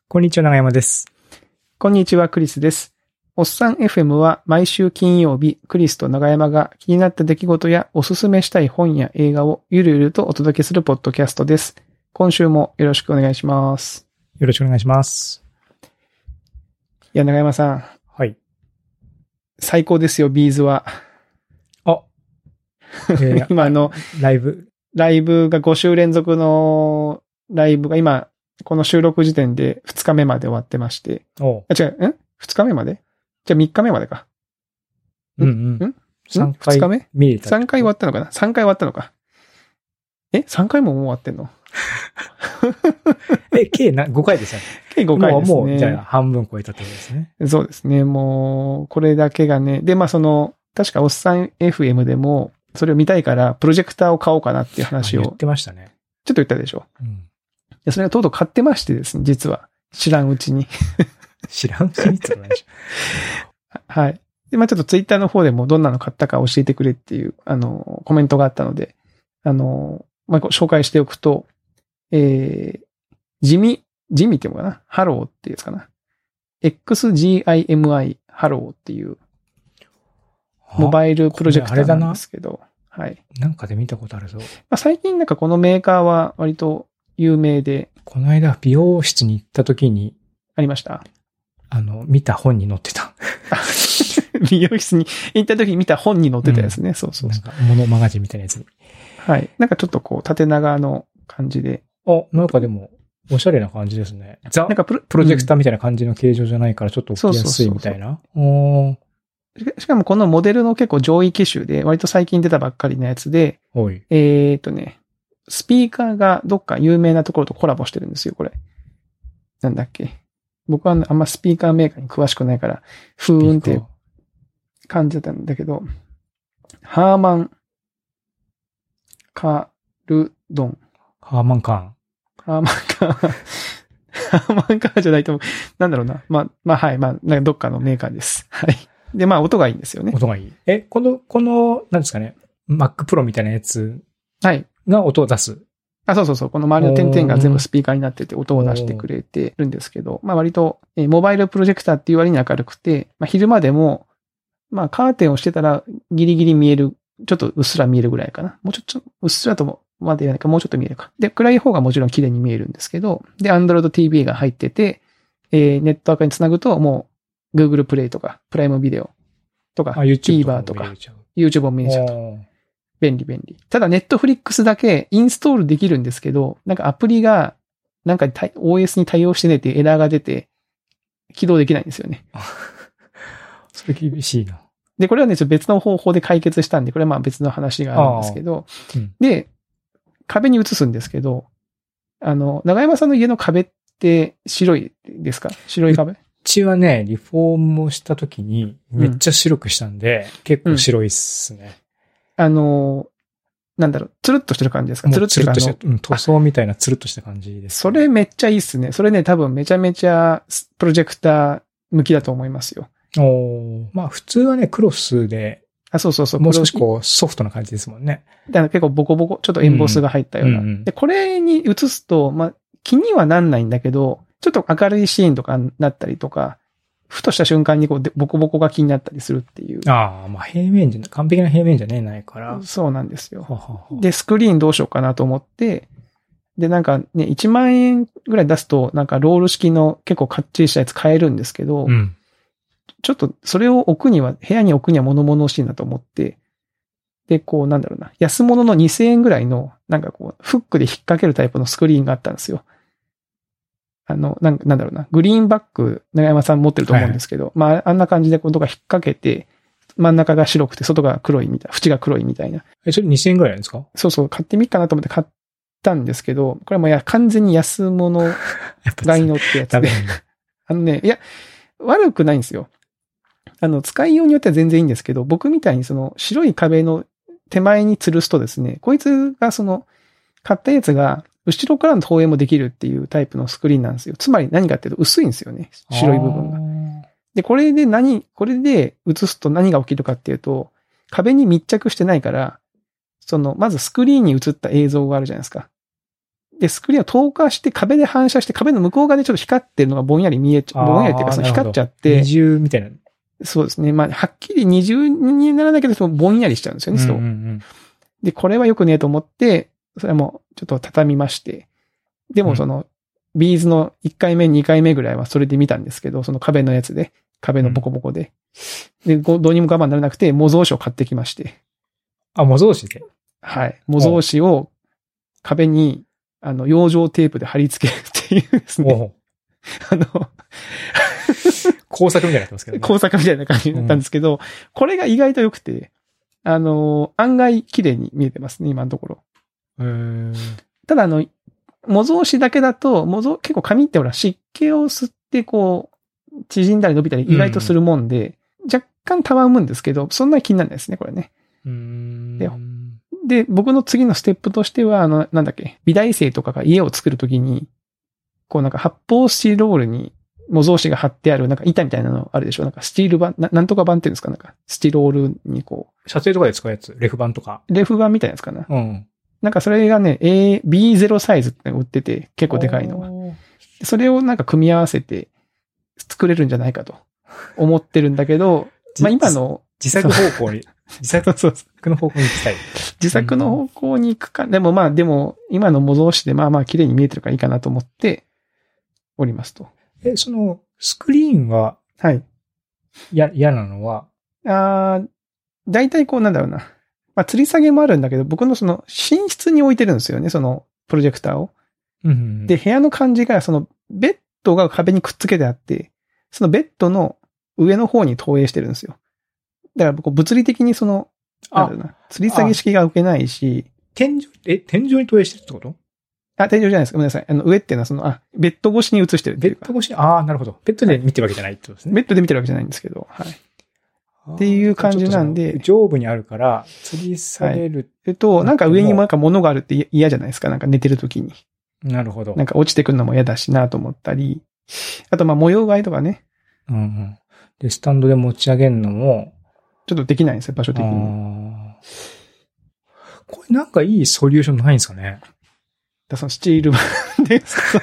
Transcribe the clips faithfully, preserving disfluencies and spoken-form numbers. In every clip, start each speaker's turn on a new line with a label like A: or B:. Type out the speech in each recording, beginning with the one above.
A: こんにちは、長山です。
B: こんにちは、クリスです。おっさん エフエム は毎週金曜日、クリスと長山が気になった出来事やおすすめしたい本や映画をゆるゆるとお届けするポッドキャストです。今週もよろしくお願いします。
A: よろしくお願いします。
B: いや、長山さん。
A: はい。
B: 最高ですよ、ビーズは。
A: あ、えー、
B: 今あの、
A: ライブ。
B: ライブがご週連続のライブが今、この収録時点でふつかめまで終わってまして。
A: お
B: あ、違う、ん ?ふつ 日目までじゃあみっかめまでか。
A: うんうん。
B: ん
A: さんかい。
B: ふつかめ ?
A: 見れた。
B: さんかい終わったのかな ?さん 回終わったのか。え ?さん 回ももう終わってんの
A: え、計なごかいですよね。
B: 計ごかいですね。
A: もう、もうじゃあ半分超えたってことですね。
B: そうですね。もう、これだけがね。で、まあその、確かおっさん エフエム でも、それを見たいから、プロジェクターを買おうかなっていう話を。
A: 言ってましたね。
B: ちょっと言ったでしょ。
A: うん。
B: でそれがとうとう買ってましてですね、実は。知らんうちに。
A: 知らんうちにってことないでしょ。
B: はい。で、まあちょっとツイッターの方でもどんなの買ったか教えてくれっていう、あの、コメントがあったので、あの、まあ紹介しておくと、えー、地味、地味っていうのかなハローっていうやつかな エックスジーアイエムアイ ハローっていう、モバイルプロジェクターなんですけど、はい。
A: なんかで見たことあるぞ。ま
B: あ、最近なんかこのメーカーは割と有名で。
A: この間美容室に行った時に。
B: ありました
A: あの、見た本に載ってた。
B: 美容室に行った時に見た本に載ってたやつね。うん、そうそうそう。
A: なんか、モノマガジンみたいなやつに。
B: はい。なんかちょっとこう、縦長の感じで。
A: あ、なんかでも、おしゃれな感じですね。ザ、
B: なんかプロ、
A: プロジェクターみたいな感じの形状じゃないからちょっと置きやすいみたいな。
B: しかもこのモデルの結構上位機種で、割と最近出たばっかりのやつで、
A: はい。
B: えーっとね、スピーカーがどっか有名なところとコラボしてるんですよ、これ。なんだっけ。僕はあんまスピーカーメーカーに詳しくないから、ふーんっていう感じだったんだけど、ハーマン、カルドン。
A: ハーマンカーン。
B: ハーマンカーン。ハーマンカーンじゃないと思う。なんだろうな。まあ、まあはい。まあ、なんかどっかのメーカーです。はい。で、まあ、音がいいんですよね。
A: 音がいい。え、この、この、なんですかね。Mac Pro みたいなやつ。はい。が音を出す。
B: あ、そうそうそう。この周りの点々が全部スピーカーになってて音を出してくれてるんですけど、まあ割と、えー、モバイルプロジェクターっていう割に明るくて、まあ昼間でも、まあカーテンをしてたらギリギリ見える、ちょっとうっすら見えるぐらいかな。もうちょっと、うっすらとも、までやないか、もうちょっと見えるか。で、暗い方がもちろん綺麗に見えるんですけど、で、Android ティーブイ が入ってて、えー、ネットワークにつなぐともう Google Play とか、プライムビデオとか、TVer とか、YouTube も見えちゃうと。便利便利。ただ、ネットフリックスだけインストールできるんですけど、なんかアプリが、なんか オーエス に対応してねっていうエラーが出て、起動できないんですよね。
A: それ厳しいな。
B: で、これはね、別の方法で解決したんで、これはまあ別の話があるんですけど、うん、で、壁に映すんですけど、あの、長山さんの家の壁って白いですか？白い壁？
A: うちはね、リフォームをした時にめっちゃ白くしたんで、うん、結構白いっすね。
B: うん、あの、なんだろう、つるっとしてる感じですか？つるっとして
A: る。うん、塗装みたいなつるっとした感じです、ね。
B: それめっちゃいいっすね。それね、多分めちゃめちゃプロジェクター向きだと思いますよ。
A: おまあ普通はね、クロスで、
B: あ、そうそうそう。
A: もう少しこうソフトな感じですもんね。
B: だから結構ボコボコ、ちょっとエンボスが入ったような。うんうん、で、これに映すと、まあ気にはなんないんだけど、ちょっと明るいシーンとかになったりとか、ふとした瞬間にこうボコボコが気になったりするっていう。
A: ああ、まあ平面じゃ、完璧な平面じゃねえないから。
B: そうなんですよ。
A: ははは
B: で、スクリーンどうしようかなと思って、で、なんかね、いちまんえんぐらい出すと、なんかロール式の結構かっちりしたやつ買えるんですけど、うん、ちょっとそれを置くには、部屋に置くには物々しいなと思って、で、こうなんだろうな、安物のにせんえんぐらいの、なんかこう、フックで引っ掛けるタイプのスクリーンがあったんですよ。あの、なんなんだろうな、グリーンバック、長山さん持ってると思うんですけど、はい、まあ、あんな感じでこうとか引っ掛けて、真ん中が白くて外が黒いみたいな、縁が黒いみたいな。
A: え、それにせんえんぐらいなんですか？
B: そうそう、買ってみっかなと思って買ったんですけど、これはもうや完全に安物がいのってやつで。あのね、いや、悪くないんですよ。あの、使いようによっては全然いいんですけど、僕みたいにその白い壁の手前に吊るすとですね、こいつがその、買ったやつが、後ろからの投影もできるっていうタイプのスクリーンなんですよ。つまり何かっていうと薄いんですよね。白い部分が。で、これで何、これで映すと何が起きるかっていうと、壁に密着してないから、その、まずスクリーンに映った映像があるじゃないですか。 で、スクリーンを透過して壁で反射して壁の向こう側でちょっと光ってるのがぼんやり見えちゃう。ぼんやりっていうかその光っちゃって。
A: 二重みたいな。
B: そうですね。まあ、はっきり二重にならないけど、そのぼんやりしちゃうんですよね、そう。うんうんうん、で、これはよくねえと思って、それはもうちょっと畳みまして。でもその、うん、ビーズのいっかいめ、にかいめぐらいはそれで見たんですけど、その壁のやつで、壁のボコボコで。うん、で、どうにも我慢ならなくて、模造紙を買ってきまして。
A: あ、模造紙で？
B: はい。模造紙を壁に、あの、養生テープで貼り付けるっていうですね。あの、
A: 工作みたいになってますけどね。
B: 工作みたいな感じになったんですけど、うん、これが意外と良くて、あの、案外綺麗に見えてますね、今のところ。
A: へー。
B: ただ、あの、模造紙だけだと、模造、結構紙ってほら、湿気を吸ってこう、縮んだり伸びたり意外とするもんで、うん、若干たわむんですけど、そんなに気にならないですね、これね。
A: うーん
B: で、で、僕の次のステップとしては、あの、なんだっけ、美大生とかが家を作るときに、こうなんか発泡スチロールに模造紙が貼ってある、なんか板みたいなのあるでしょ？なんかスチール板、な、なんとか板っていうんですか？なんかスチロールにこ
A: う。撮影とかで使うやつ？レフ板とか。
B: レフ板みたいなやつかな。
A: うん。
B: なんかそれがね、A、ビーゼロ サイズって売ってて、結構でかいのが。それをなんか組み合わせて作れるんじゃないかと思ってるんだけど、まあ今の。
A: 自作方向に。自作の方向に行きたい。
B: 自作の方向に行くか。でもまあでも、今の模造紙でまあまあ綺麗に見えてるからいいかなと思っておりますと。
A: え、その、スクリーンは、
B: はい。
A: や、嫌なのは
B: ああ、だいたいこうなんだろうな。まあ吊り下げもあるんだけど、僕のその寝室に置いてるんですよね、そのプロジェクターを。
A: うんうん、
B: で、部屋の感じが、そのベッドが壁にくっつけてあって、そのベッドの上の方に投影してるんですよ。だから僕物理的にその、なんだろうな、吊り下げ式が受けないし。
A: 天井、え、天井に投影してるってこと？
B: あ、天井じゃないです。ごめんなさい。あの、上っていうのはその、あ、ベッド越しに映してるっていうか。
A: ベッド越しああ、なるほど。ベッドで見てるわけじゃないってことですね。
B: ベッドで見てるわけじゃないんですけど、はい。っていう感じなんで。
A: 上部にあるから、吊り下げる、はい。
B: えっと、なんか上にもなんか物があるって嫌じゃないですか。なんか寝てる時に。
A: なるほど。
B: なんか落ちてくるのも嫌だしなと思ったり。あと、まあ、模様替えとかね。
A: うんうん。で、スタンドで持ち上げるのも、
B: ちょっとできないんですよ、場所的に。
A: あこれなんかいいソリューションないんですかね？
B: だそのスチール板ですか。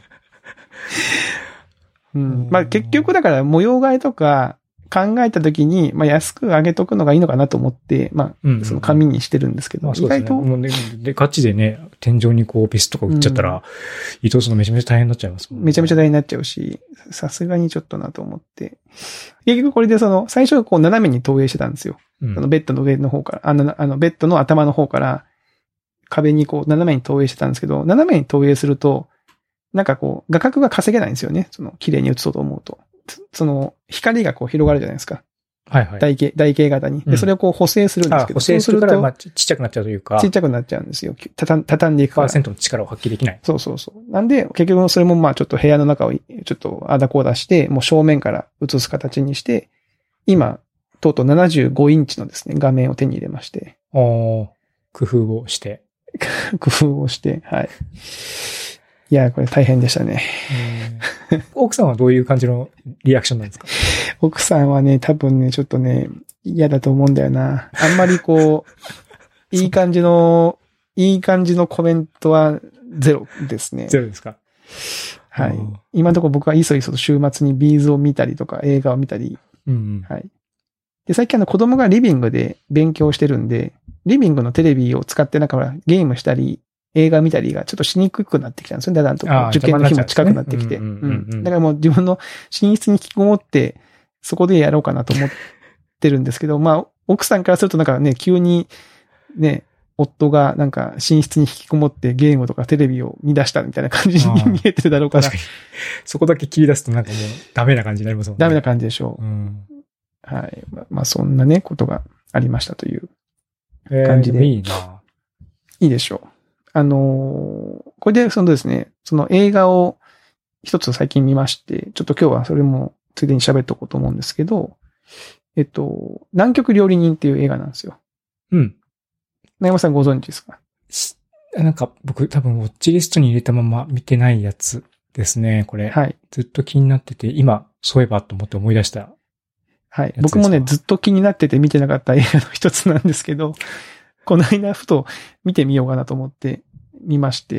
B: うん。まあ結局だから模様替えとか考えたときに、まあ安く上げとくのがいいのかなと思って、まあ、その紙にしてるんですけど、
A: まあそうですね、意外と。もうね、で、ガチでね、天井にこうピスとか打っちゃったら、うん、移動するのめちゃめちゃ大変になっちゃいますもんね。
B: めちゃめちゃ大変になっちゃうし、さすがにちょっとなと思って。結局これでその、最初はこう斜めに投影してたんですよ。うん、そのベッドの上の方から、あの、あのベッドの頭の方から、壁にこう斜めに投影してたんですけど、斜めに投影すると、なんかこう、画角が稼げないんですよね。その、綺麗に映そうと思うと。その、光がこう広がるじゃないですか。
A: はいはい。
B: 台形、台形型に。で、それをこう補正するんですけど。
A: 補正するから、まあ、ちっちゃくなっちゃうというか。
B: ちっちゃくなっちゃうんですよ。たた畳んでいくから。
A: パーセントの力を発揮できない。
B: そうそうそう。なんで、結局それもまあちょっと部屋の中をちょっとあだこうだして、もう正面から映す形にして、今、とうとうななじゅうごインチのですね、画面を手に入れまして。
A: おー、工夫をして。
B: 工夫をして、はい。いや、これ大変でしたね。
A: 奥さんはどういう感じのリアクションなんですか？
B: 奥さんはね、多分ね、ちょっとね、嫌だと思うんだよな。あんまりこう、いい感じの、いい感じのコメントはゼロですね。
A: ゼロですか？
B: はい。今のところ僕はいそいそと週末にビーズを見たりとか映画を見たり。
A: うんうん、
B: はい。で、最近あの子供がリビングで勉強してるんで、リビングのテレビを使ってなんかゲームしたり、映画見たりがちょっとしにくくなってきたんですよね。だんだんと受験の日も近くなってきて。だからもう自分の寝室に引きこもって、そこでやろうかなと思ってるんですけど、まあ、奥さんからするとなんかね、急にね、夫がなんか寝室に引きこもってゲームとかテレビを見出したみたいな感じに見えてるだろうから。
A: 確かに。そこだけ切り出すとなんかもうダメな感じになりますもんね。
B: ダメな感じでしょう。
A: うん、
B: はい。ま, まあそんなね、ことがありましたという感じで。
A: えー、いいな。
B: いいでしょう。あのー、これでそのですね、その映画を一つ最近見まして、ちょっと今日はそれもついでに喋っとこうと思うんですけど、えっと、南極料理人っていう映画なんですよ。
A: うん。
B: 長山さんご存知ですか？
A: なんか僕多分ウォッチリストに入れたまま見てないやつですね、これ。
B: はい。
A: ずっと気になってて、今、そういえばと思って思い出した。
B: はい。僕もね、ずっと気になってて見てなかった映画の一つなんですけど、この間ふと見てみようかなと思って見まして。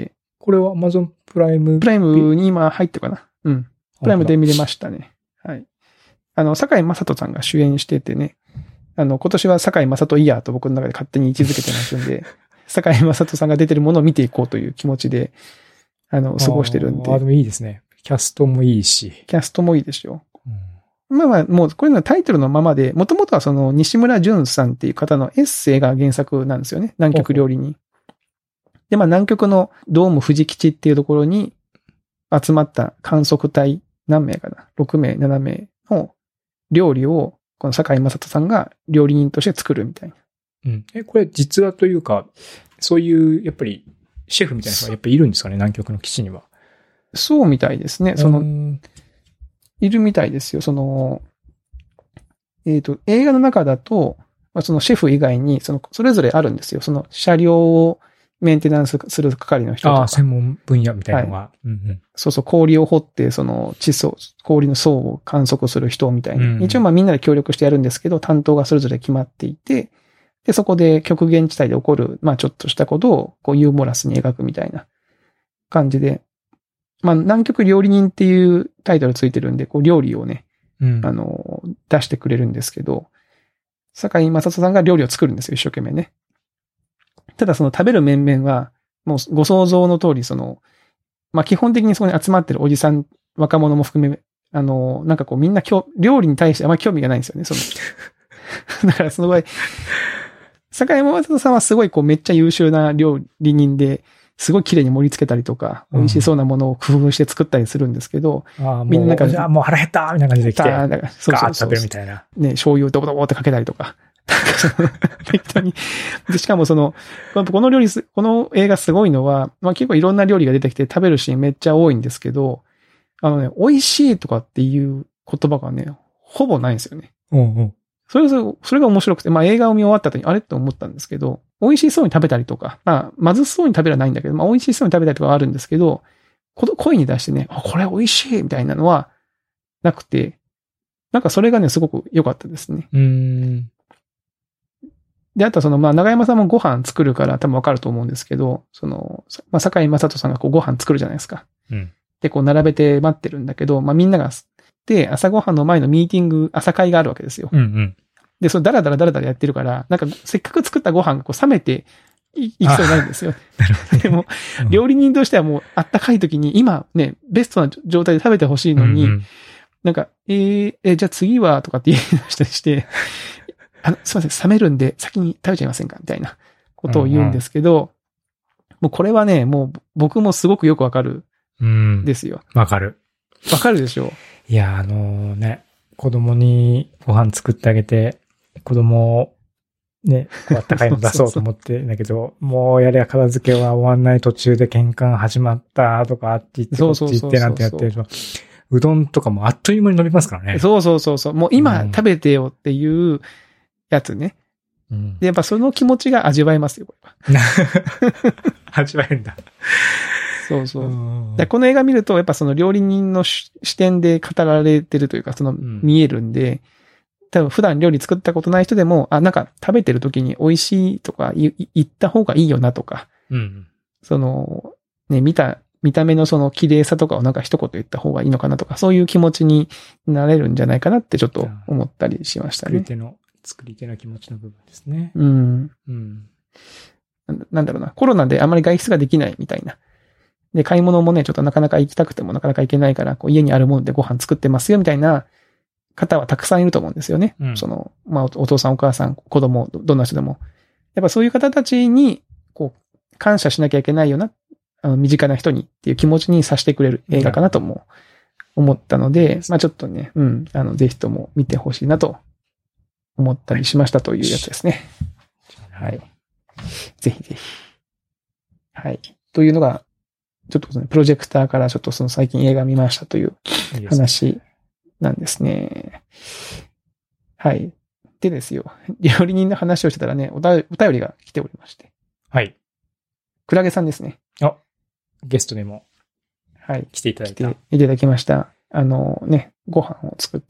A: これは Amazon プライム。
B: プライムに今入ってるかな。うん。プライムで見れましたね。はい。あの、坂井正人さんが主演しててね、あの、今年は坂井正人イヤーと僕の中で勝手に位置づけてますんで、坂井正人さんが出てるものを見ていこうという気持ちで、あの、過ごしてるんで。
A: ああ、でもいいですね。キャストもいいし。
B: キャストもいいですよ。うん、まあまあ、もうこれのタイトルのままで、もともとはその西村淳さんっていう方のエッセイが原作なんですよね。南極料理人。で、まあ南極のドーム富士基地っていうところに集まった観測隊何名かな ?ろく 名、なな名の料理を、この坂井正人さんが料理人として作るみたいな。
A: うん。え、これ実話というか、そういう、やっぱり、シェフみたいな人がやっぱりいるんですかね、南極の基地には。
B: そうみたいですね。その、いるみたいですよ。その、えっと、映画の中だと、まあ、そのシェフ以外に、その、それぞれあるんですよ。その車両をメンテナンスする係の人とか。
A: ああ、専門分野みたいなのが。
B: はい
A: うんうん、
B: そうそう、氷を掘って、その地層、氷の層を観測する人みたいな。うんうん、一応まあみんなで協力してやるんですけど、担当がそれぞれ決まっていて、で、そこで極限地帯で起こる、まあちょっとしたことを、こうユーモラスに描くみたいな感じで、まあ南極料理人っていうタイトルついてるんで、こう料理をね、うん、あの、出してくれるんですけど、坂井正人さんが料理を作るんですよ、一生懸命ね。ただその食べる面々は、もうご想像の通り、その、まあ基本的にそこに集まってるおじさん、若者も含め、あの、なんかこうみんな料理に対してあまり興味がないんですよね、その。だからその場合、坂井正人さんはすごいこうめっちゃ優秀な料理人で、すごい綺麗に盛り付けたりとか、美味しそうなものを工夫して作ったりするんですけど、
A: うん、みんななんか、じゃあもう腹減ったみたいな感じで来て、ガーッと食べるみたいな。
B: ね、醤油をドボドボってかけたりとか。適当に。で、しかもその、この料理、この映画すごいのは、まあ結構いろんな料理が出てきて食べるシーンめっちゃ多いんですけど、あのね、美味しいとかっていう言葉がね、ほぼないんですよね。
A: うんうん。
B: それ、それが面白くて、まあ映画を見終わった後にあれって思ったんですけど、美味しそうに食べたりとか、まあ、まずそうに食べらないんだけど、まあ美味しそうに食べたりとかはあるんですけど、声に出してね、あ、これ美味しいみたいなのはなくて、なんかそれがね、すごく良かったですね。
A: うーん。
B: で、あとはその、まあ、長山さんもご飯作るから多分わかると思うんですけど、その、まあ、坂井正人さんがこうご飯作るじゃないですか。
A: うん。
B: で、こう並べて待ってるんだけど、まあ、みんなが、で、朝ご飯の前のミーティング、朝会があるわけですよ。
A: うんうん。
B: で、それダラダラダラダラやってるから、なんか、せっかく作ったご飯がこう冷めてい、いきそうになるんですよ。
A: なるほど。
B: でも、うん、料理人としてはもうあったかい時に、今ね、ベストな状態で食べてほしいのに、うんうん、なんか、えー、えー、じゃあ次はとかって言い出したりして、あの、すいません、冷めるんで先に食べちゃいませんかみたいなことを言うんですけど、うんうん、もうこれはね、もう僕もすごくよくわかる。ですよ。
A: わ、うん、かる。
B: わかるでしょ
A: う。いや、あのね、子供にご飯作ってあげて、子供をね、こうあったかいの出そうと思ってんだけど、そうそうそうもうやれや片付けは終わんない途中で喧嘩始まったとか、あっち行ってこっち行ってなんてやってると、うどんとかもあっという間に伸びますからね。
B: そうそうそうそう。もう今食べてよっていうやつね。うん、で、やっぱその気持ちが味わえますよ、これは。
A: 味わえるんだ。
B: そうそう。でこの映画見ると、やっぱその料理人の視点で語られてるというか、その見えるんで、うん、多分普段料理作ったことない人でも、あ、なんか食べてる時に美味しいとか言った方がいいよなとか、うん、その、ね、見た、見た目のその綺麗さとかをなんか一言言った方がいいのかなとか、そういう気持ちになれるんじゃないかなってちょっと思ったりしましたね。
A: 作り手の、作り手の気持ちの部分ですね。
B: うん。うん。なんだろうな、コロナであまり外出ができないみたいな。で、買い物もね、ちょっとなかなか行きたくてもなかなか行けないから、こう家にあるものでご飯作ってますよみたいな方はたくさんいると思うんですよね。うん、その、まあ、お父さんお母さん、子供、どんな人でも。やっぱそういう方たちに、こう、感謝しなきゃいけないよな、あの、身近な人にっていう気持ちにさせてくれる映画かなとも思ったので、うん、まあちょっとね、うん、あの、ぜひとも見てほしいなと思ったりしましたというやつですね。はい。ぜひぜひ。はい。というのが、ちょっと、ね、プロジェクターからちょっとその最近映画見ましたという話なんですね。はい。でですよ。料理人の話をしてたらね、お便りが来ておりまして。
A: はい。
B: クラゲさんですね。
A: あ、ゲストでも。
B: はい。
A: 来ていただいた。
B: 来ていただきました。あのね、ご飯を作って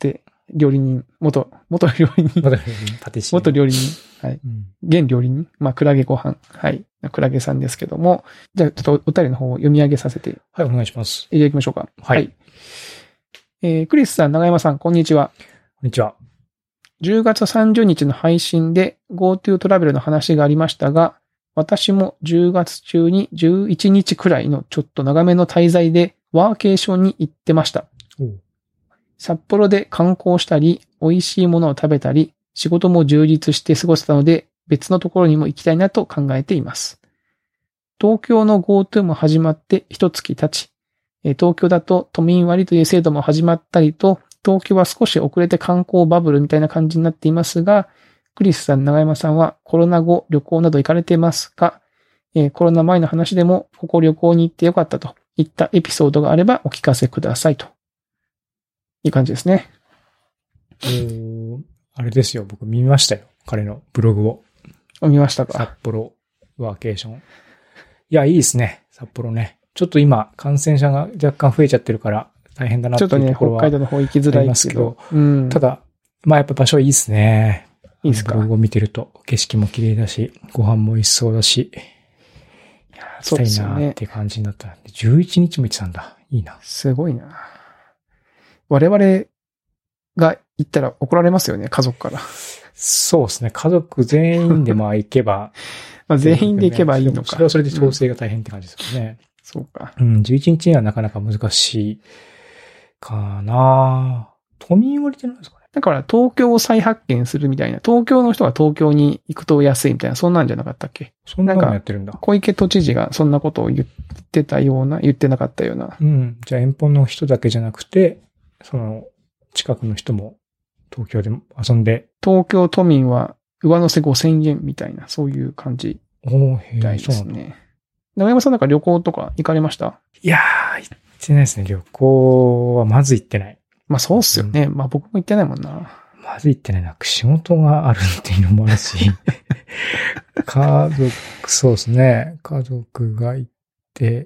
B: 料理人、元、元料理人。
A: 元料理人、パティシエ。
B: 元料理人。はい。うん、現料理人。まあ、クラゲご飯。はい。クラゲさんですけども。じゃあ、ちょっとお便りの方を読み上げさせて。
A: はい、お願いします。
B: いただきましょうか。
A: はい。はい、
B: えー、クリスさん、長山さん、こんにちは。
A: こんにちは。
B: じゅうがつさんじゅうにちの配信で GoTo トラベルの話がありましたが、私もじゅうがつ中にじゅういちにちくらいのちょっと長めの滞在でワーケーションに行ってました。札幌で観光したり、美味しいものを食べたり、仕事も充実して過ごせたので、別のところにも行きたいなと考えています。東京の GoTo も始まって一月経ち、東京だと都民割という制度も始まったりと、東京は少し遅れて観光バブルみたいな感じになっていますが、クリスさん、長山さんはコロナ後旅行など行かれていますか？えー、コロナ前の話でもここ旅行に行ってよかったといったエピソードがあればお聞かせくださいと。いい感じですね。
A: えー、あれですよ。僕見ましたよ。彼のブログを。
B: 見ましたか？
A: 札幌ワーケーション。いや、いいですね。札幌ね。ちょっと今感染者が若干増えちゃってるから大変だなっていうところは。ちょっとね、
B: 北海道の方行きづらいですけど。
A: うん、ただ、まあやっぱ場所いいですね。
B: いいですか？
A: ブログを見てると景色も綺麗だし、ご飯も美味しそうだし。いや、行きたいなっていう感じになった。じゅういちにちも行ってたんだ。いいな。
B: すごいな。我々が行ったら怒られますよね、家族から。
A: そうですね。家族全員でまあ行けば。
B: まあ全員で行けばいいのか。
A: それはそれで調整が大変って感じですよね。
B: うん、そうか。
A: うん、じゅういちにちにはなかなか難しいかな。都民割って何ですかね。
B: だから東京を再発見するみたいな。東京の人が東京に行くと安いみたいな、そんなんじゃなかったっけ？
A: そんなのやってるんだ。
B: 小池都知事がそんなことを言ってたような、言ってなかったような。
A: うん。じゃあ遠方の人だけじゃなくて、その近くの人も東京で遊んで。
B: 東京都民は上乗せごせんえんみたいな、そういう感じみたいですね。長山さんなんか旅行とか行かれました？
A: いやー、行ってないですね。旅行はまず行ってない。
B: まあそうっすよね。うん、まあ僕も行ってないもんな。
A: まず行ってないな。仕事があるっていうのもあるし。家族、そうですね。家族が行って、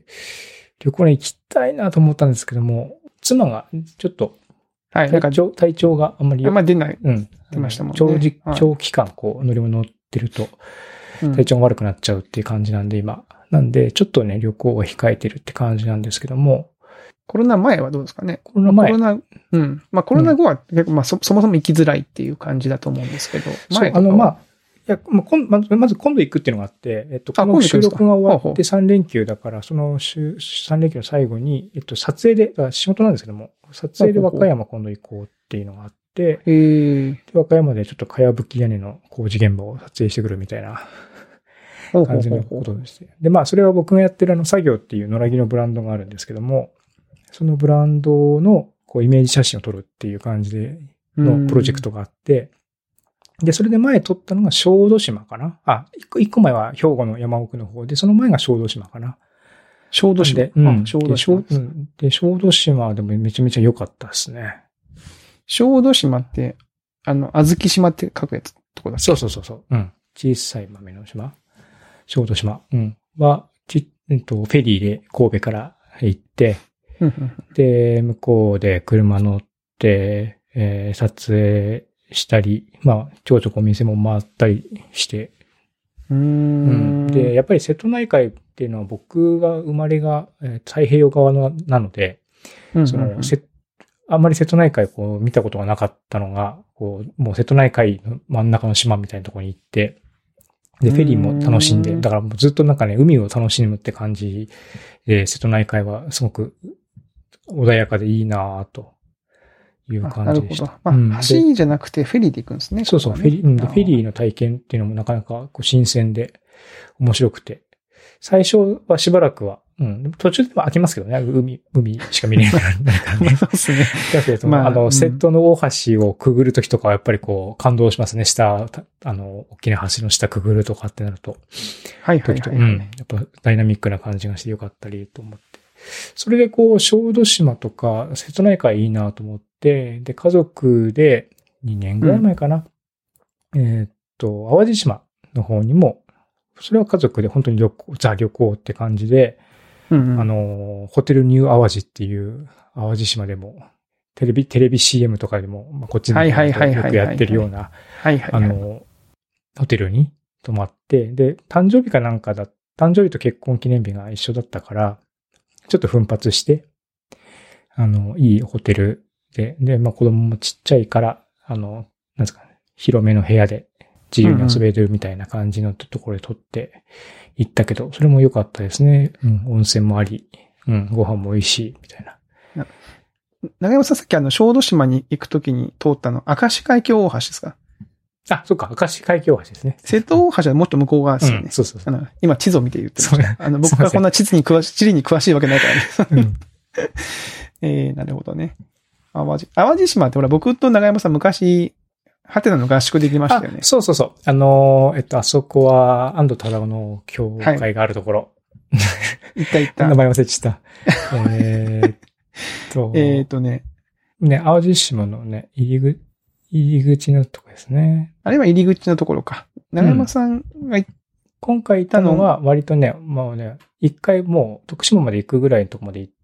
A: 旅行に行きたいなと思ったんですけども、妻がちょっと、
B: はい、なんか
A: 体調、体調があんまり
B: あんまり出ない。
A: うん。
B: 出ましたもんね。
A: 長時、長期間こう乗り物乗ってると、体調が悪くなっちゃうっていう感じなんで今。なんで、ちょっとね、旅行は控えてるって感じなんですけども、
B: コロナ前はどうですかね？
A: コロナ前。
B: コロナ、うん。まあコロナ後は結構、まあそ、そもそも行きづらいっていう感じだと思うんですけど。
A: そう、あの、まあ、いや、まあ、まず、まず今度行くっていうのがあって、えっと、この収録が終わってさん連休だから、その週、さん連休の最後に、えっと、撮影で、仕事なんですけども、撮影で和歌山今度行こうっていうのがあって、
B: へー。
A: で和歌山でちょっとかやぶき屋根の工事現場を撮影してくるみたいな感じのことですね。で、まあ、それは僕がやってるあの、作業っていう野良着のブランドがあるんですけども、そのブランドのこうイメージ写真を撮るっていう感じでのプロジェクトがあって、で、それで前撮ったのが小豆島かなあ、一個、一個前は兵庫の山奥の方で、その前が小豆島かな
B: 小豆島
A: で、うん。小豆島。で、小豆島でもめちゃめちゃ良かったですね。
B: 小豆島って、あの、小豆島って書くやつ、とこだっけ？
A: そうそうそうそう。うん。小さい豆の島。小豆島。うん。は、ち、えっと、フェリーで神戸から行って、で、向こうで車乗って、えー、撮影したり、まあ、ちょこちょこお店も回ったりして。
B: うーん、
A: うん。で、やっぱり瀬戸内海っていうのは僕が生まれが、えー、太平洋側のなので、その、せ、あんまり瀬戸内海こう見たことがなかったのが、こう、もう瀬戸内海の真ん中の島みたいなところに行って、で、フェリーも楽しんで、だからもうずっとなんかね、海を楽しむって感じで、瀬戸内海はすごく穏やかでいいなぁという感じでした。
B: なるほど。まあ、橋じゃなくてフェリーで行くんですね。
A: そうそう、フェリー、フェリーの体験っていうのもなかなかこう新鮮で面白くて。最初はしばらくは、うん、途中でも飽きますけどね、海、海しか見れないからね。
B: そうですね。
A: だけど、まあ、あの、瀬戸の大橋をくぐるときとかはやっぱりこう感動しますね。下、あの、大きな橋の下くぐるとかってなると。
B: はいはいはい、はい。
A: うん。やっぱダイナミックな感じがしてよかったりと思って。それでこう、小豆島とか、瀬戸内海いいなと思って、で、家族でにねんぐらい前かな。うん、えー、っと、淡路島の方にも、それは家族で本当に旅行、ザ旅行って感じで、うんうん、あの、ホテルニュー淡路っていう淡路島でもテレビ、テレビ シーエム とかでも、まあ、こっちでよくやってるような、
B: はいはい。
A: あの、ホテルに泊まって、で、誕生日かなんかだ、誕生日と結婚記念日が一緒だったから、ちょっと奮発して、あの、いいホテルで、で、まあ子供もちっちゃいから、あの、なんですかね、広めの部屋で自由に遊べるみたいな感じのところで撮って行ったけど、それも良かったですね。うん、温泉もあり、うん、ご飯も美味しい、みたいな。
B: 長山さんさっきあの、小豆島に行くときに通ったの、明石海峡大橋ですか？
A: あ、そっか、明石海峡大橋ですね。
B: 瀬戸大橋はもっと向こう側ですよね。
A: うん、そうそうそう。
B: あの今地図を見て言ってました。あの、僕がこんな地図に詳しい、地理に詳しいわけないからね。うん、えー、なるほどね。淡路、淡路島ってほら、僕と長山さん昔、ハテナの合宿で行きましたよね。
A: そうそうそう。あのー、えっと、あそこは、安藤忠雄の教会があるところ。はい、
B: 行った行った。
A: 名前忘れちゃった。えーっと。
B: えっとね。
A: ね、淡路島のね、入り口、入り口のとこですね。
B: あれは入り口のところか。長山さんが、うん、
A: 今回行ったのは割とね、もうね、一回もう徳島まで行くぐらいのとこまで行って、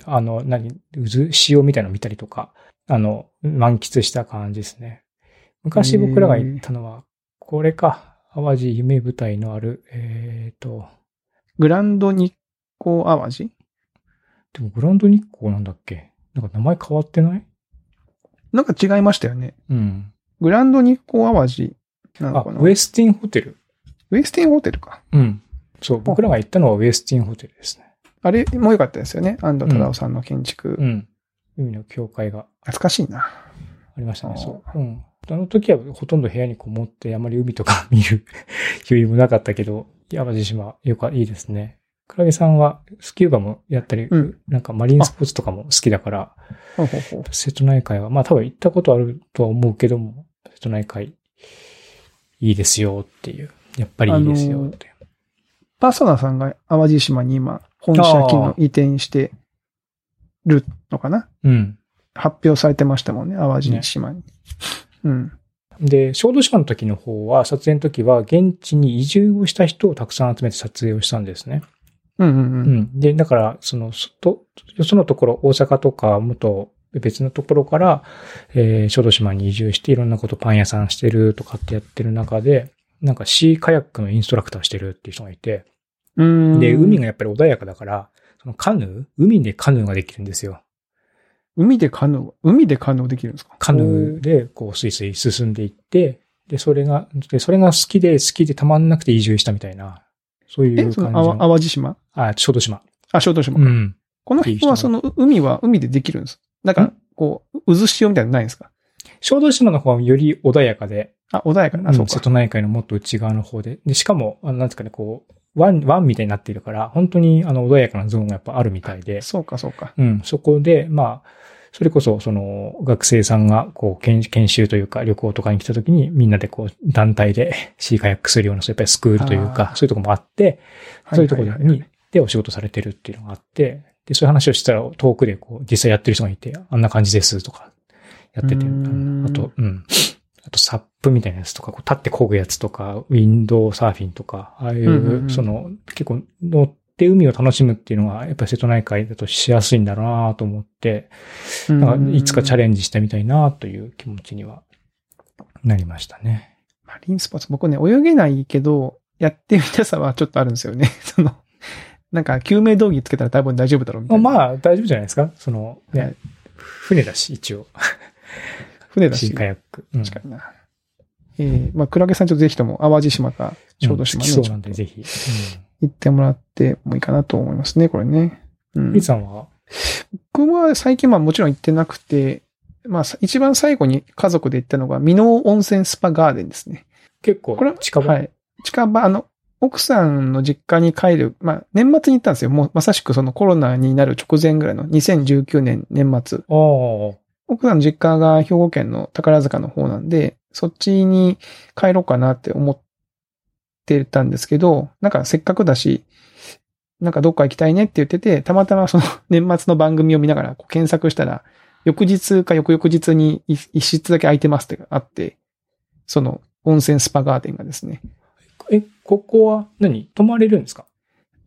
A: あの、何、渦潮みたいなの見たりとか、あの、満喫した感じですね。昔僕らが行ったのは、これか、淡路夢舞台のある、えっと、
B: グランド日光淡路？
A: でもグランド日光なんだっけ？なんか名前変わってない？
B: なんか違いましたよね。
A: うん。
B: グランド日光淡路なのかな？
A: あ、ウェスティンホテル。
B: ウェスティンホテルか。
A: うん。そう、僕らが行ったのはウェスティンホテルですね。
B: あれも良かったですよね。安藤忠雄さんの建築。
A: うん。うん、海の教会が。
B: 懐かしいな。
A: ありましたね。そう。うん。あの時はほとんど部屋にこもってあまり海とか見る余裕もなかったけど、淡路島よくいいですね。クラゲさんはスキューバもやったり、うん、なんかマリンスポーツとかも好きだから、
B: ほうほうほう、
A: 瀬戸内海は、まあ多分行ったことあるとは思うけども、瀬戸内海いいですよっていう。やっぱりいいですよって。
B: あのー、パーソナさんが淡路島に今本社機能移転してるのかな？
A: うん。
B: 発表されてましたもんね、淡路島に。ね、うん。
A: で、小豆島の時の方は、撮影の時は現地に移住をした人をたくさん集めて撮影をしたんですね。
B: うんうんうん。
A: うん。で、だから、その、そ、そのところ、大阪とか、もっと別のところから、えー、小豆島に移住していろんなことパン屋さんしてるとかってやってる中で、なんかシーカヤックのインストラクターしてるっていう人がいて、
B: うん。
A: で、海がやっぱり穏やかだから、そのカヌー海でカヌーができるんですよ。
B: 海でカヌー海でカヌーできるんですか？
A: カヌーで、こう、スイスイ進んでいって、で、それが、で、それが好きで好きでたまんなくて移住したみたいな、そういう感じの。
B: え、その、淡路島？
A: あ、小豆島。
B: あ、小豆島か。うん。この人はその、海は海でできるんです。なんか、こう、渦潮みたいなのないんですか？
A: 小豆島の方はより穏やかで。
B: あ、穏やかな、そうか。
A: 瀬戸内海のもっと内側の方で。で、しかも、あの、なんですかね、こう、湾、湾みたいになっているから、本当にあの、穏やかなゾーンがやっぱあるみたいで。
B: そうか、そうか。
A: うん、そこで、まあ、それこそ、その、学生さんが、こう、研、研修というか、旅行とかに来た時に、みんなでこう、団体でシーカヤックするような、そうやっぱりスクールというか、そういうところもあって、そういうところに、でお仕事されてるっていうのがあって、で、そういう話をしたら、遠くでこう、実際やってる人がいて、あんな感じですとか、やってて、あと、うん。あと、サップみたいなやつとか、こう立って漕ぐやつとか、ウィンドウサーフィンとか、ああいう、うんうんうん、その、結構乗って海を楽しむっていうのが、やっぱり瀬戸内海だとしやすいんだなと思って、なんかいつかチャレンジしてみたいなという気持ちにはなりましたね。
B: マリンスポーツ、僕ね、泳げないけど、やってみたさはちょっとあるんですよね。その、なんか、救命道着つけたら多分大丈夫だろうみたいな。
A: まあ、大丈夫じゃないですか。その、ね、はい、船だし、一応。
B: 船だし。
A: カヤック。うん、
B: 確かにな。えー、まあ、クラゲさんちょっとぜひとも、淡路島か、小豆島に、
A: うん、そうなんで、ぜひ、うん。
B: 行ってもらってもいいかなと思いますね、これね。
A: うん。リツさんは？
B: 僕は最近まあもちろん行ってなくて、まあ、一番最後に家族で行ったのが、箕面温泉スパガーデンですね。
A: 結構、これ近場？
B: はい。近場、あの、奥さんの実家に帰る、まあ、年末に行ったんですよ。もう、まさしくそのコロナになる直前ぐらいのにせんじゅうきゅうねん年末。
A: 奥
B: さんの実家が兵庫県の宝塚の方なんで、そっちに帰ろうかなって思ってたんですけど、なんかせっかくだし、なんかどっか行きたいねって言ってて、たまたまその年末の番組を見ながらこう検索したら、翌日か翌々日に一室だけ空いてますってあって、その温泉スパガーデンがですね。
A: え、ここは何泊まれるんですか？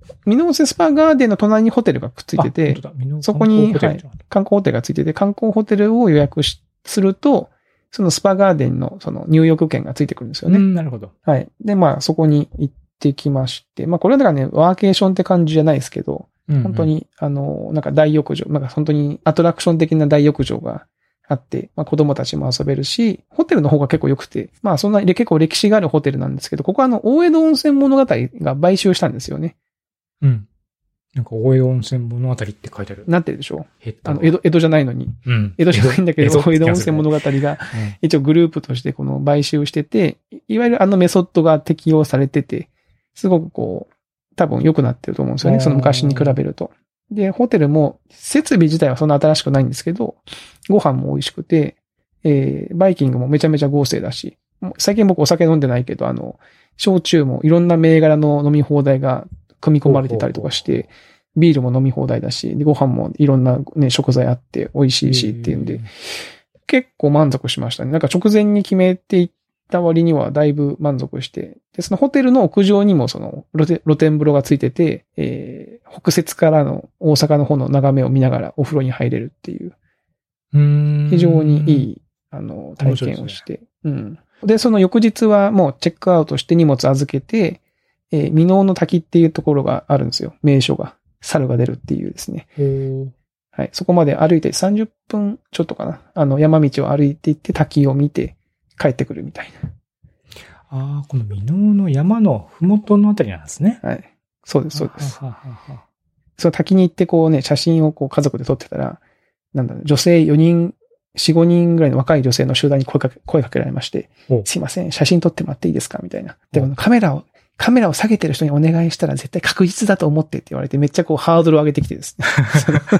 B: ミノーセスパガーデンの隣にホテルがくっついてて、そこに、はい、観光ホテルがついてて、観光ホテルを予約しすると、そのスパガーデンのその入浴券がついてくるんですよね。
A: うん、なるほど。
B: はい。で、まあそこに行ってきまして、まあこれはだからね、ワーケーションって感じじゃないですけど、うんうん、本当に、あの、なんか大浴場、なんか本当にアトラクション的な大浴場があって、まあ子供たちも遊べるし、ホテルの方が結構良くて、まあそんな結構歴史があるホテルなんですけど、ここはあの、大江戸温泉物語が買収したんですよね。
A: うん。なんか大江戸温泉物語って書いてある。
B: なってるでしょ。
A: あ
B: の、江戸、江戸じゃないのに。
A: うん。
B: 江戸じゃないんだけど、大江戸温泉物語が、一応グループとしてこの買収してて、いわゆるあのメソッドが適用されてて、すごくこう、多分良くなってると思うんですよね。その昔に比べると。で、ホテルも、設備自体はそんな新しくないんですけど、ご飯も美味しくて、えー、バイキングもめちゃめちゃ豪勢だし、最近僕お酒飲んでないけど、あの、焼酎もいろんな銘柄の飲み放題が組み込まれてたりとかして、ビールも飲み放題だし、でご飯もいろんなね、食材あって美味しいしっていうんで、結構満足しましたね。なんか直前に決めていった割にはだいぶ満足して、で、そのホテルの屋上にもその露天、露天風呂がついてて、えー、北摂からの大阪の方の眺めを見ながらお風呂に入れるっていう、
A: うーん
B: 非常にいい、あの、体験をして、ね、うん。で、その翌日はもうチェックアウトして荷物預けて、えー、箕面の滝っていうところがあるんですよ。名所が。猿が出るっていうですね。はい。そこまで歩いてさんじゅっぷんちょっとかな。あの、山道を歩いていって滝を見て帰ってくるみたいな。
A: ああ、この箕面の山のふもとのあたりなんですね。
B: はい。そうです、そうです。
A: はははは
B: その滝に行ってこうね、写真をこう家族で撮ってたら、なんだろう、女性よにん、よん、ごにんぐらいの若い女性の集団に声かけ、声かけられまして、すいません、写真撮ってもらっていいですかみたいな。でもカメラを、カメラを下げてる人にお願いしたら絶対確実だと思ってって言われてめっちゃこうハードルを上げてきてですね。だ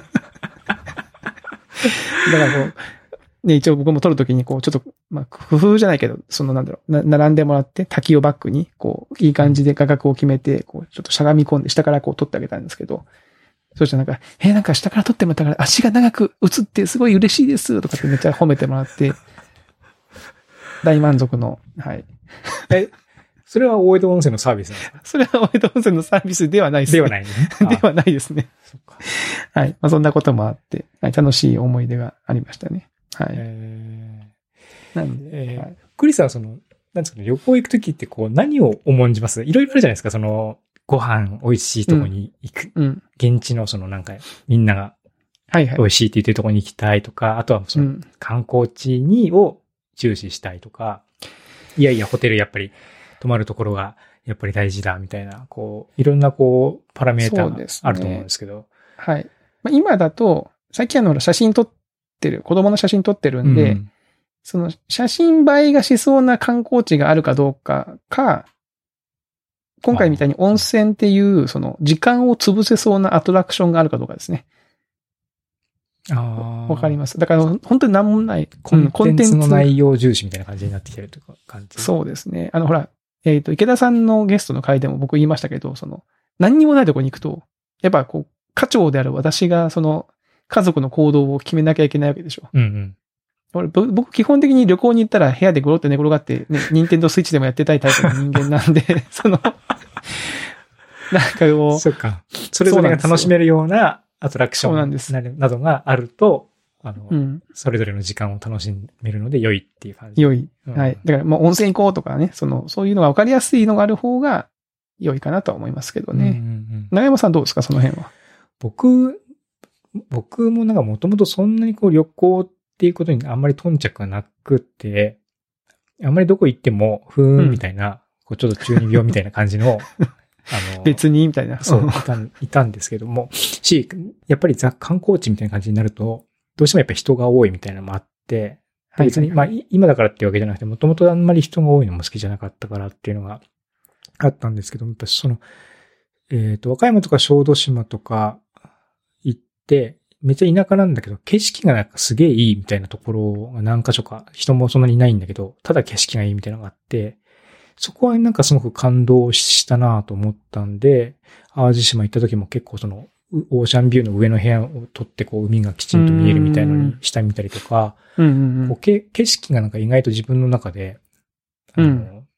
B: からこう、ね、一応僕も撮るときにこうちょっと、まあ工夫じゃないけど、そのなんだろう、な並んでもらって滝をバックにこういい感じで画角を決めて、こうちょっとしゃがみ込んで下からこう撮ってあげたんですけど、そしたらなんか、えー、なんか下から撮ってもらったから足が長く映ってすごい嬉しいですとかってめっちゃ褒めてもらって、大満足の、はい。
A: えそれは大江戸温泉のサービスなんですか？
B: それは大江戸温泉のサービスではないですね。
A: ではないね。
B: ではないですね。そっか。はい。まあそんなこともあって、はい、楽しい思い出がありましたね。はい。えー、なんで、
A: えー
B: はい、
A: クリスはその、なんですかね、旅行行くときってこう何を重んじます？いろいろあるじゃないですか。その、ご飯美味しいとこに行く。うん。現地のそのなんか、みんなが、はいはい。美味しいって言ってるとこに行きたいとか、あとはその、観光地にを重視したいとか、いやいや、ホテルやっぱり、泊まるところがやっぱり大事だみたいな、こう、いろんなこう、パラメーターがあると思うんですけど。ね、
B: はい。まあ、今だと、最近あの、写真撮ってる、子供の写真撮ってるんで、うん、その写真映えがしそうな観光地があるかどうかか、今回みたいに温泉っていう、その、時間を潰せそうなアトラクションがあるかどうかですね。ああ。わかります。だから、本当に何もない。
A: コンテンツの内容重視みたいな感じになってきてるというか、感じ。
B: そうですね。あの、ほら、えっと、池田さんのゲストの回でも僕言いましたけど、その、何にもないとこに行くと、やっぱこう、家長である私が、その、家族の行動を決めなきゃいけないわけでしょ。うんうん。俺、僕、基本的に旅行に行ったら部屋でゴロって寝転がって、ね、ニンテンドースイッチでもやってたいタイプの人間なんで、その、なんかこう。
A: そっか。それぞれが楽しめるようなアトラクションなどがあると、あの、うん、それぞれの時間を楽しめるので良いっていう感じ。
B: 良い。うん、はい。だからもう温泉行こうとかね、その、そういうのが分かりやすいのがある方が良いかなとは思いますけどね。うんうんうん、長山さんどうですか、その辺は。
A: 僕、僕もなんかもともとそんなにこう旅行っていうことにあんまり頓着がなくて、あんまりどこ行っても、ふーんみたいな、うん、こうちょっと中二病みたいな感じの、
B: あの、別にみたいな。
A: そう、いたん、いたんですけども、し、やっぱりザ観光地みたいな感じになると、どうしてもやっぱり人が多いみたいなのもあって、はい、別に、まあ今だからっていうわけじゃなくて、もともとあんまり人が多いのも好きじゃなかったからっていうのがあったんですけども、やっぱその、えっと、和歌山とか小豆島とか行って、めっちゃ田舎なんだけど、景色がなんかすげえいいみたいなところが何箇所か、人もそんなにいないんだけど、ただ景色がいいみたいなのがあって、そこはなんかすごく感動したなと思ったんで、淡路島行った時も結構その、オーシャンビューの上の部屋を撮ってこう海がきちんと見えるみたいのにしてみたりとか、うんうんうん、こう景色がなんか意外と自分の中で、あの、うん、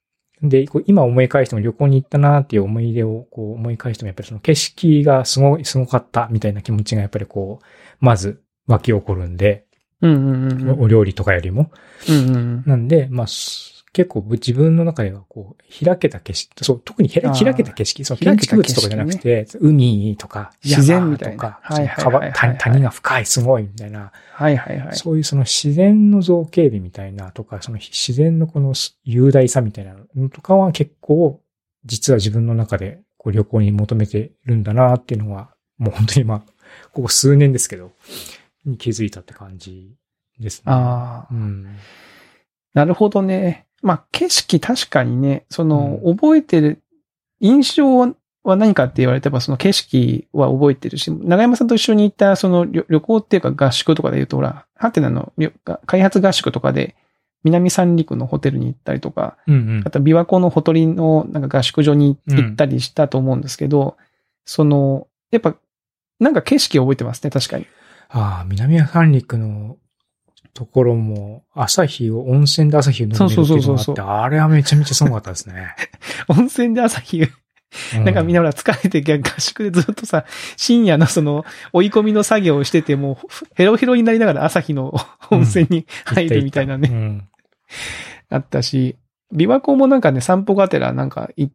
A: で、こう今思い返しても旅行に行ったなっていう思い出をこう思い返してもやっぱりその景色がすごい、すごかったみたいな気持ちがやっぱりこう、まず湧き起こるんで、
B: うんうんうんうん、
A: お料理とかよりも。
B: うんうんうん、
A: なんで、まあ、結構自分の中ではこう、開けた景色、そう、特に開けた景色、その建築物とかじゃなくて、ね、海とか、
B: 自然みたいな。
A: とか、川、谷が深い、すごいみたいな。
B: はいはいはい。
A: そういうその自然の造形美みたいなとか、その自然のこの雄大さみたいなのとかは結構、実は自分の中でこう旅行に求めてるんだなっていうのは、もう本当にまあ、ここ数年ですけど、に気づいたって感じですね。
B: ああ。
A: うん、
B: なるほどね。まあ、景色確かにね、その、うん、覚えてる、印象は何かって言われてば、その景色は覚えてるし、長山さんと一緒に行ったその 旅, 旅行っていうか合宿とかで言うと、ほら、ハテナの開発合宿とかで、南三陸のホテルに行ったりとか、
A: うんうん、
B: あと琵琶湖のほとりのなんか合宿所に行ったりしたと思うんですけど、うん、その、やっぱ、なんか景色を覚えてますね、確かに。
A: ああ、南三陸のところも、朝日を、温泉で朝日を飲んでるっていうのがあって、そうそうそうそう、あれはめちゃめちゃすごかったですね。
B: 温泉で朝日、なんかみんなほら疲れて合宿でずっとさ、深夜のその追い込みの作業をしてて、もうヘロヘロになりながら朝日の温泉に入るみたいなね。うん、あったし、琵琶湖もなんかね、散歩がてらなんか行って、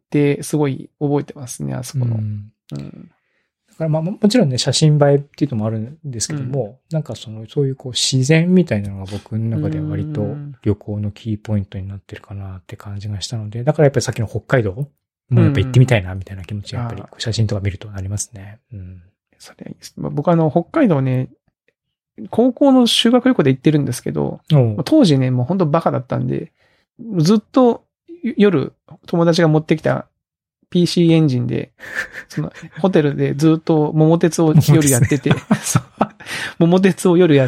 B: すごい覚えてますね、あそこの。うんうん
A: だからまあもちろんね、写真映えっていうのもあるんですけども、うん、なんかその、そういうこう自然みたいなのが僕の中では割と旅行のキーポイントになってるかなって感じがしたので、だからやっぱりさっきの北海道もやっぱ行ってみたいなみたいな気持ちがやっぱり写真とか見るとありますね。うん。
B: それいいです。僕あの、北海道ね、高校の修学旅行で行ってるんですけど、当時ね、もう本当バカだったんで、ずっと夜友達が持ってきたピーシー エンジンで、その、ホテルでずっと桃鉄を夜やってて、桃鉄を夜やって、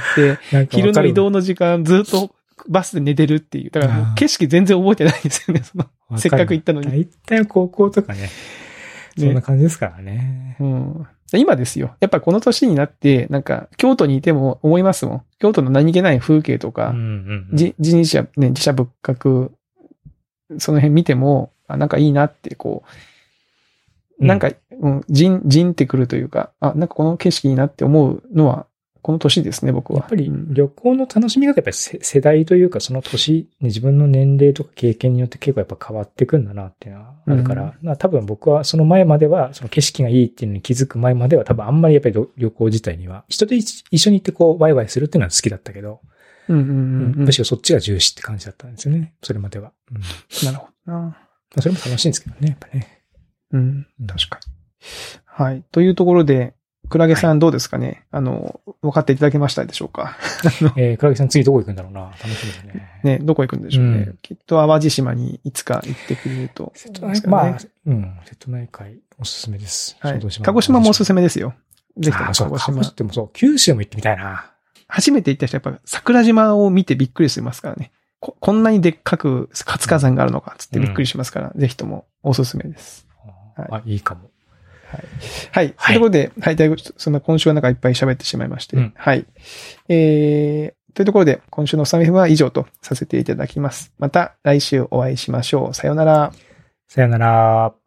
B: 昼の移動の時間ずっとバスで寝てるっていう。だからもう景色全然覚えてないんですよね、その、せっかく行ったのに。
A: 大体高校とかね、そんな感じですからね。
B: うん。今ですよ。やっぱこの年になって、なんか、京都にいても思いますもん。京都の何気ない風景とか、うんうんうん、自自社、ね、自社仏閣、その辺見ても、あ、なんかいいなって、こう、なんか、うん、じん、じんってくるというか、あ、なんかこの景色いいなって思うのは、この年ですね、僕は。
A: やっぱり旅行の楽しみ方やっぱり世代というか、その年、自分の年齢とか経験によって結構やっぱ変わってくんだなっていうのはあるから、うん、多分僕はその前までは、その景色がいいっていうのに気づく前までは多分あんまりやっぱり旅行自体には、人と一緒に行ってこうワイワイするっていうのは好きだったけど、
B: うんうんうんうん、
A: むしろそっちが重視って感じだったんですよね、それまでは。うん、
B: なるほどな。ま
A: あ、それも楽しいんですけどね、やっぱね。
B: うん、確かに。はい。というところで、クラゲさんどうですかね、はい、あの、分かっていただけましたでしょうか
A: えー、クラゲさん次どこ行くんだろうな。楽しみですね。
B: ね、どこ行くんでしょうね。うん、きっと淡路島にいつか行ってくれると、ね。
A: 瀬戸内海、まあ、うん、瀬戸内海おすすめです。
B: はい。鹿児島もおすすめですよ。ぜひとも鹿児島。
A: でもそう、九州も行ってみたいな。
B: 初めて行った人はやっぱ桜島を見てびっくりしますからね。こ, こんなにでっかく活火山があるのかつってびっくりしますから、うん、ぜひともおすすめです。
A: はい、あ、いいかも。
B: はい。はい。はい、ということで、はい。だいぶ、そんな今週はなんかいっぱい喋ってしまいまして。うん、はい。えー、というところで、今週のスタメフは以上とさせていただきます。また来週お会いしましょう。さようなら。
A: さようなら。